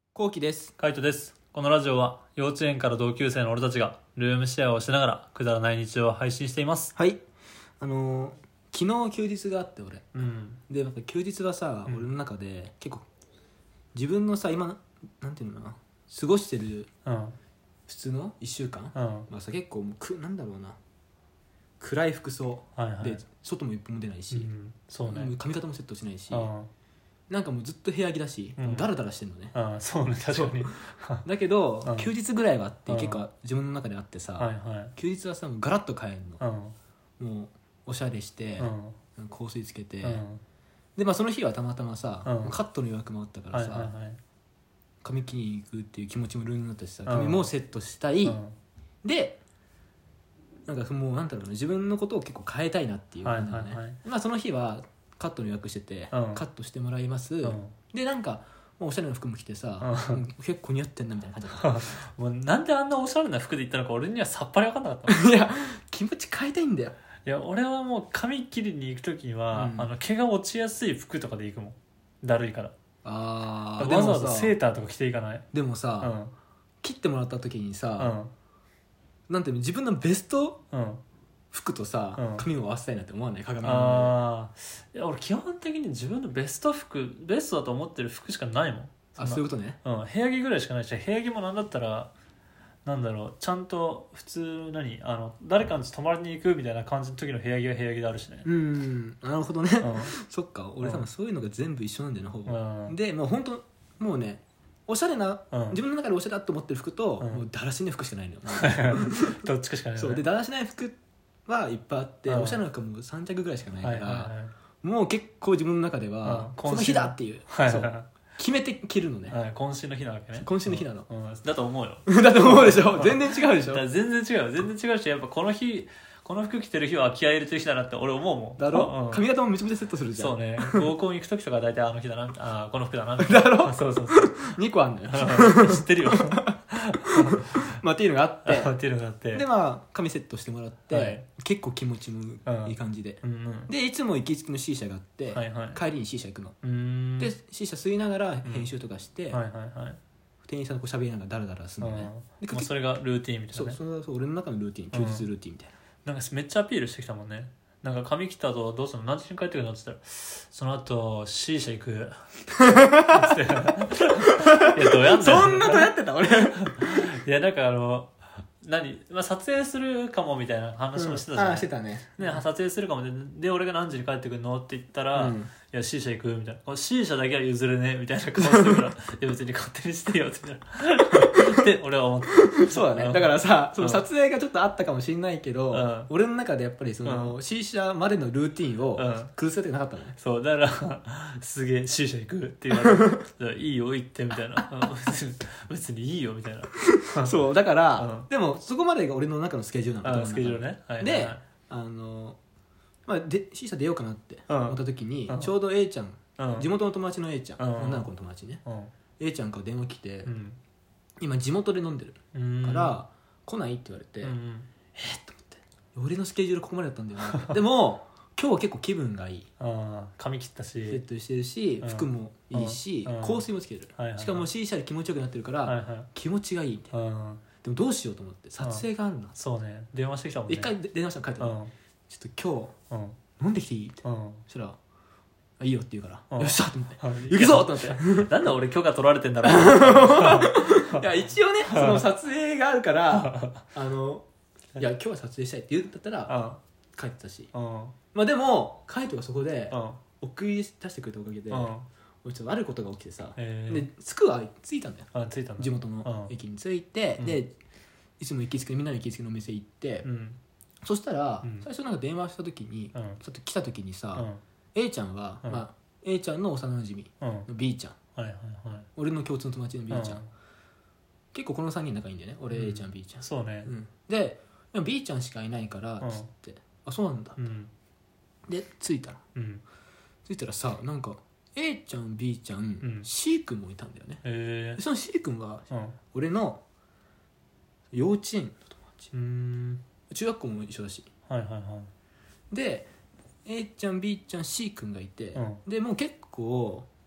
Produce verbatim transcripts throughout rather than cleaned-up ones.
こうきです。 カイトです。このラジオは幼稚園から同級生の俺たちがルームシェアをしながらくだらない日常を配信しています。 はい。あのー、昨日休日があって俺。 うん。 で、やっぱ休日はさ、 うん俺の中で結構自分のさ今なんていうのかな、過ごしてるうん普通のいっしゅうかんうんはさ結構もうくなんだろうな、暗い服装はいはい。 で外も一歩も出ないし、 うん、そうね。 もう髪型もセットしないし、 うんなんかもうずっと部屋着だし、 うんダラダラしてんのね。 うんそうね、確かに。 だけど、 うん休日ぐらいはあってうん結構自分の中であってさ、 はいはい。 休日はさもうガラッと変えるうんの。もうおしゃれして、 うん香水つけて、 うんでまあその日はたまたまさ、 うんカットの予約もあったからさ、 はいはいはい。 髪切りに行くっていう気持ちもルールになったしさ、 うん髪もセットしたい、 うんでなんかもうなんだろうな、自分のことを結構変えたいなっていう感じだよね、 はいはいはいまあその日はカットの予約してて、 うんカットしてもらいます、 うんでなんかもうおしゃれな服も着てさ、 うんもう結構似合ってんなみたいな感じだっもうなんであんなおしゃれな服で行ったのか俺にはさっぱり分かんなかった。 たいや気持ち変えたいんだよ。 いや俺はもう髪切りに行く時には、 うんあの毛が落ちやすい服とかで行くもん。だるいから。 あーわざわざでもさセーターとか着ていかない。 でもうさ、 ん切ってもらった時にうさ、 んなんていうの、自分のベストうん服とさ、 うん髪を合わせたいなって思わない？鏡のああいや俺基本的に自分のベスト服ベストだと思ってる服しかないもん。 あ、そういうことね。 うん、部屋着ぐらいしかないし、部屋着もなんだったらなんだろう、ちゃんと普通何あの誰かの家泊まりに行くみたいな感じの時の部屋着は部屋着であるしね。 うんなるほどね、 うんそっか、俺多分そういうのが全部一緒なんだよな、ほぼ、 うんでもう本当もうね、おしゃれな、 うん自分の中でおしゃれだと思ってる服と、 うんもうだらしない服しかないのよどっちかしかないよね。 そうで、だらしない服はいっぱいあって、 うんおしゃれな服もさん着ぐらいしかないから、 はいはいはいもう結構自分の中では、 うんこの日だっていう、そうはいはいは決めて着るのね、 いはい渾身の日なわけね。 渾身の日なのうん、うんだと思うよ。 だと思うでしょ、全然違うでしょだから全然違うよ全然違うし、やっぱこの日この服着てる日は気合い入れてる日だなって俺思うもん。 だろ、 うん髪型もめちゃめちゃセットするじゃん。 そうね、合コン行く時とか大体あの日だな、あーこの服だなみたいな。 だろそうそうそうにこあんのよ知ってるよまあっていうのがあってっていうのがあって、 でまあ髪セットしてもらって、 はい結構気持ちもいい感じで、 うんうんでいつも行きつけの C 社があって、 はいはい帰りに C 社行くの、 うーんで C 社吸いながら編集とかして、 はいはいはい、 店員さんとこう喋りながらダラダラするのね、でうん、もうそれがルーティンみたいなね。 そうそれはそう俺の中のルーティン、休日ルーティンみたいな、 なんかめっちゃアピールしてきたもんね。なんか髪切った後どうするの、何時に帰ってくるのって言ったら、その後 C 社行くっていやどうやんだよそんなとやってた俺いやなんかあの何、まあ、撮影するかもみたいな話もしてたじゃない、 ああしてたね、 ね、撮影するかもで、で俺が何時に帰ってくるのって言ったら、 うんいや C 社行くみたいな、これ C 社だけは譲れねえみたいな顔してるからいや別に勝手にしてよって言ったらって俺は思ったそうだね、 うんだからさ、そのうん撮影がちょっとあったかもしれないけど、 うん俺の中でやっぱりその、 うん C 社までのルーティンをうん崩せてなかったのね、 そうだからすげえ C 社行くって言われてじゃあいいよ行ってみたいなうん別に別にいいよみたいなそうだから、 うんでもそこまでが俺の中のスケジュールなの、 あスケジュールね、はいはいはい、 であの、まあ、で C 社出ようかなって思った時に、 うんちょうど A ちゃん、 うん地元の友達の A ちゃん、 うん女の子の友達ね、 うん A ちゃんから電話来て、 うん今地元で飲んでるうんから、来ないって言われて、 うんえっと思って俺のスケジュールここまでだったんだよなでも今日は結構気分がいい、 あー髪切ったし、 セットしてるし、 うん服もいいし、 うん香水もつけてる、 はいはいはいしかも C 社で気持ちよくなってるから、 はいはい、 気持ちがいいみたいな、 うん、 でもどうしようと思って撮影があるな、 そうね電話してきたもんね一回で電話したの帰って、 うんちょっと今うん日飲んできていいって、 うんそしたらあいいよって言うから、 うんよっしゃと思って、 はい行くぞと思ってなんで俺許可取られてんだろういや一応ねその撮影があるからあのいや今日は撮影したいって言うんだったら帰ってたし、 うんまあでもカイトがそこでうん送り出してくれたおかげで、 うん俺ちょっと悪いことが起きてさ、 へーで着くは着いたんだよ、 あ着いたんだ地元の駅に着いて、 うんでいつも行きつけみんなの行きつけのお店行って、 うんそしたら、 うん最初なんか電話した時に、 うんちょっと来た時にさ、 うん A ちゃんは、 うんまあ、A ちゃんの幼馴染うんの B ちゃん、 はいはいはい俺の共通の友達の B ちゃん、 うん結構このさんにん仲いいんだよね、俺、 うん A ちゃん B ちゃん、 そうねうんででも B ちゃんしかいないからうんつって、あそうなんだ、 うんで着いたのうん着いたらさ、なんか A ちゃん B ちゃん、 うん C 君もいたんだよね。 へでその C 君はえうん俺の幼稚園の友達、 うーん中学校も一緒だし、 はいはいはいで A ちゃん B ちゃん C 君がいて、 うんでもう結構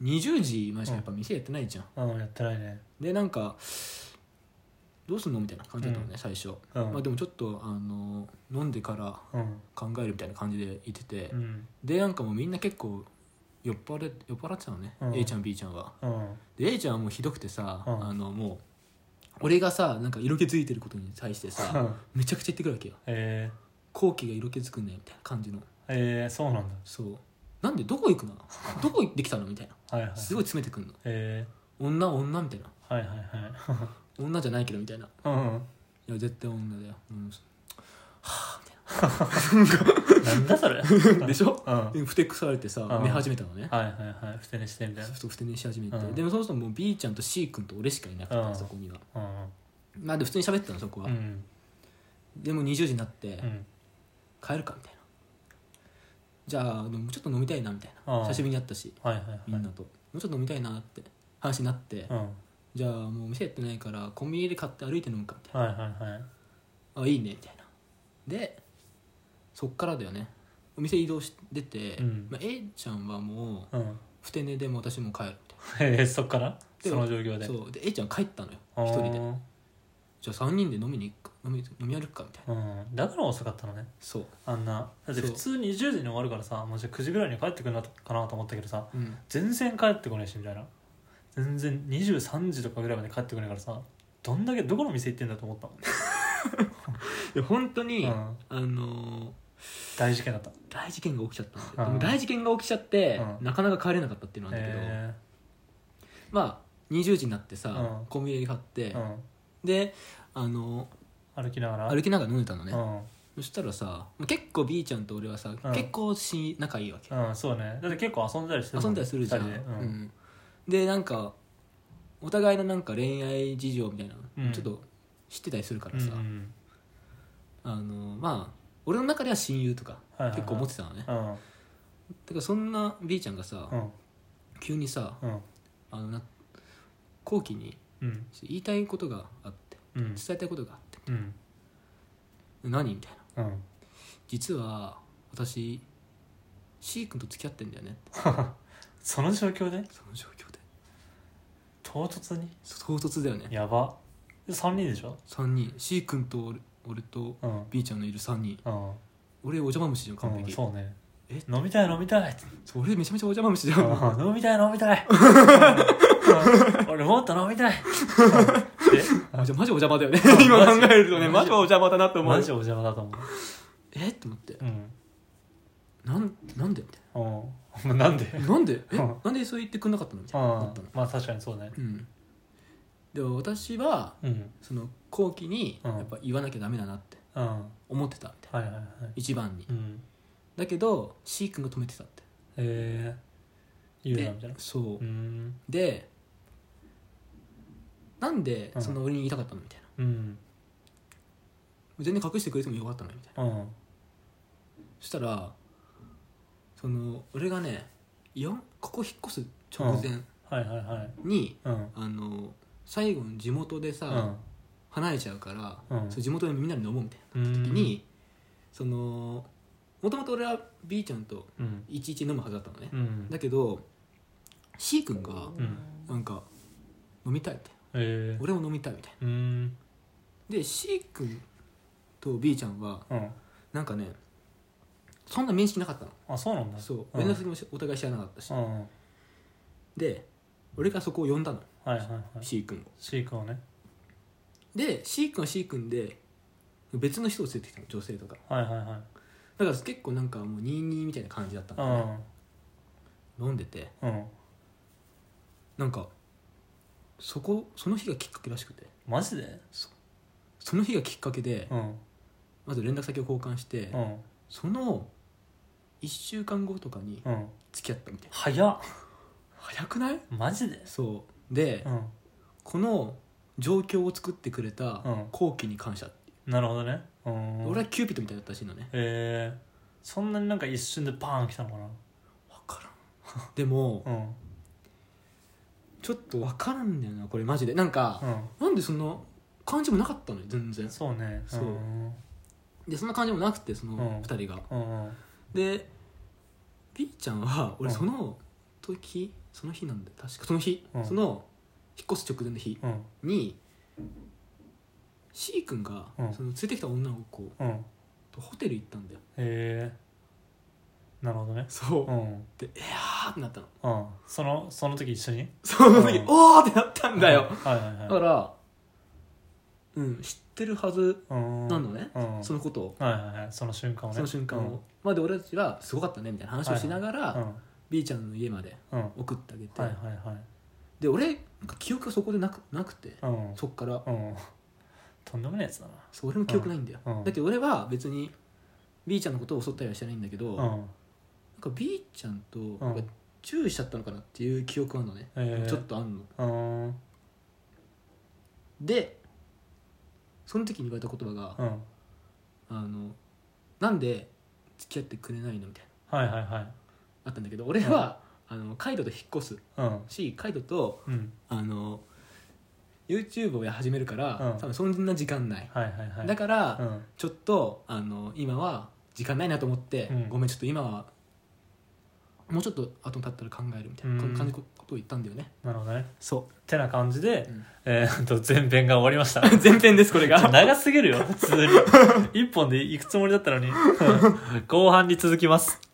にじゅうじまでしかやっぱ店やってないじゃん、 うんやってないね。 でなんかどうすんのみたいな感じだったのね、 うん最初、 うんまあ、でもちょっとあの飲んでからうん考えるみたいな感じで言ってて、 うんでなんかもうみんな結構酔っ払って酔っ払ってたのね、 うん A ちゃん B ちゃんは。 うんで A ちゃんはもうひどくてさ、 うんあのもう俺がさなんか色気づいてることに対してさうんめちゃくちゃ言ってくるわけよ。 え後期が色気づくねみたいな感じの。 ー、えー、そうなんだ。 そうなんでどこ行くのどこ行ってきたのみたいな、 はいはい。 すごい詰めてくんの。 え女女みたいな、 ー、はいはいはい。 女じゃないけどみたいな、 うんいや絶対女だよ、うん、はなんだそれ。 ぁみたいなでしょ、 うんでふてくされてさ、 うん寝始めたのね、 はいはいはい。ふて寝してみたいな。 そうするとふて寝し始めて、 うんでもそうするともう B ちゃんと C 君と俺しかいなくて、 うんそこにはうんまあで普通に喋ってたのそこは、 うんでもにじゅうじになって、 うん帰るかみたいな、じゃあでもちょっと飲みたいなみたいな、 うん久しぶりに会ったしはいはいはい。 みんなと、もうちょっと飲みたいなって話になって、 うんじゃあもう店やってないからコンビニで買って歩いて飲むかみたいはいはいはい。 な、あいいねみたいな。でそっからだよね、お店移動してて、 うんまあ、A ちゃんはもううんふて寝でも私も帰るみたいえー、そっからでその状況で。 な。そうで A ちゃん帰ったのよあー一人で。じゃあさんにんで飲みに行くか飲み飲み歩くかみたいな。 うん、だから遅かったのね。 そう、 あんなだって普通にじゅうじに終わるからさ、もうじゃあくじぐらいに帰ってくるのかなと思ったけどさ、 うん、 全然帰ってこないしみたいな。全然にじゅうさんじとかぐらいまで帰ってこないからさ、どんだけどこの店行ってんだと思ったもんね。 で本当に、 うんあのー大事件だった。 大事件が起きちゃったんだよ、 うんでも大事件が起きちゃって、 うんなかなか帰れなかったっていうのなんだけど、 えまあにじゅうじになってさ、 うんコンビニで買って、 ーうん、 であの歩きながら歩きながら飲んでたのね、 うんそしたらさ結構 B ちゃんと俺はさ、 ん結構し仲いいわけ、 うん、そうね。だって結構遊んだりして遊んだりするじゃん、 ふたりでうんうんでなんかお互いのなんか恋愛事情みたいな、 うんちょっと知ってたりするからさ、 うんうんあのまあ俺の中では親友とかはいはいはい結構思ってたのね、だうんからそんな B ちゃんがさ、 うん急にさうんあのな後期にうん言いたいことがあってうん伝えたいことがあってうん何みたいな、 うん実は私 C 君と付き合ってんだよねってその状況でその状況で唐突に唐突だよね。 やば。さんにんでしょ。 さんにん C 君と俺俺とうん B ちゃんのいるさんにん、 うん俺お邪魔虫じゃん完うん、 璧、 そうね。 え飲みたい飲みたいって。 そう俺めちゃめちゃお邪魔虫じゃんうん飲みたい飲みたい。うん俺もっと飲みたい。 あじゃあマジお邪魔だよね今考えるとねマジお邪魔だなと思うマジお邪魔だと思う。 えって思ってうん。 なんなんでみたいうん。なんで？ ななんでえうんなんでそう言ってくんなかったのみたうんいななったの。 まあ確かにそうね。 うんでも私はうん。 その後期にうんやっぱ言わなきゃダメだなってうん。はい思ってたみたいな、 はいはい。 一番にうん。 だけど C 君が止めてたってえー、言うなでみたいな。 そうう、ん。 でなんでうんその俺に言いたかったのみたいな、 うん。 全然隠してくれてもよかったのにみたいな。 うん。 そしたらその俺がねよんここ引っ越す直前はいはいはい。 に、 うん。 あの最後の地元でさ、 うん。 離れちゃうから、 うんそう地元でみんなで飲もうみたいな時に、そのもともと俺は B ちゃんとうん。 いちいち飲むはずだったのね、 うん。 だけど C 君がうん。 なんか飲みたいみたいな、 えー。 俺も飲みたいみたいな。 うん。 で C 君と B ちゃんはうん。 なんかねそんな面識なかったの。 あ、そうなんだ。 そううん連絡先もお互い知らなかったし、 うん。はいで俺がそこを呼んだの、 はいはい。 C 君を。 C 君をね。 で C 君は C 君で別の人を連れてきたの、女性とか。 はいはいはい。 だから結構なんかもうにーにーみたいな感じだったの、ね飲んでてうん。うん。 なんかそこその日がきっかけらしくて、 マジで？ その日がきっかけでうん。 まず連絡先を交換して、 うん。 そのいっしゅうかんごとかにうん。 付き合ったみたいな。 早っ。 早くない？ マジで？ そうで、 うん。 この状況を作ってくれたうん後期に感謝っていう、 なるほどね。うん。 俺はキューピッドみたいだったらしいのね。 えー、そんなになんか一瞬でバーン来たのかな。 分からんでもうん。 ちょっと分からんだよなこれマジで。なんか、 うなんでそんな感じもなかったのよ全然ん。そうね。 そうんでそんな感じもなくてそのうんふたりが、 うん。うん。 で B ちゃんは俺うんその時その日なんだよ確かその日、 うんその引っ越す直前の日うんに C 君が、 うんその連れてきた女の子うんとホテル行ったんだよ。 へえなるほどね。 そう、 うんでいやーってなったの。 うんそのその時一緒にその時、 うんおーってなったんだよ、 はいはいはいだからうん知ってるはずうんなのね、 うんそのことを、 はいはいはいその瞬間をねその瞬間を、まあで俺たちはすごかったねみたいな話をしながら、 うん B ちゃんの家までうんはい送ってあげて、 はいはいで俺なんか記憶がそこでなくなくて、 うんそっからうんとんでもないやつだそう俺も記憶ないんだよ、 うんうんだって俺は別に B ちゃんのことを襲ったりはしてないんだけど、 ななんか B ちゃんとなんかチューしちゃったのかなっていう記憶あるのね、 えーちょっとあんのうんうんでその時に言われた言葉が、 うんあのなんで付き合ってくれないのみたいなはいはいはいあったんだけど、俺は、あのカイトと引っ越すうんしカイトとうんあの YouTube を始めるから、 うん多分そんな時間ない、 はいはいはいだから、 うんちょっとあの今は時間ないなと思って、 うんごめんちょっと今はもうちょっと後に経ったら考えるみたいなうん感じのことを言ったんだよね。 なるほどねそてな感じで、 うんえーっと前編が終わりましたう前編ですこれが長すぎるよ普通に一本で行くつもりだったのに後半に続きます。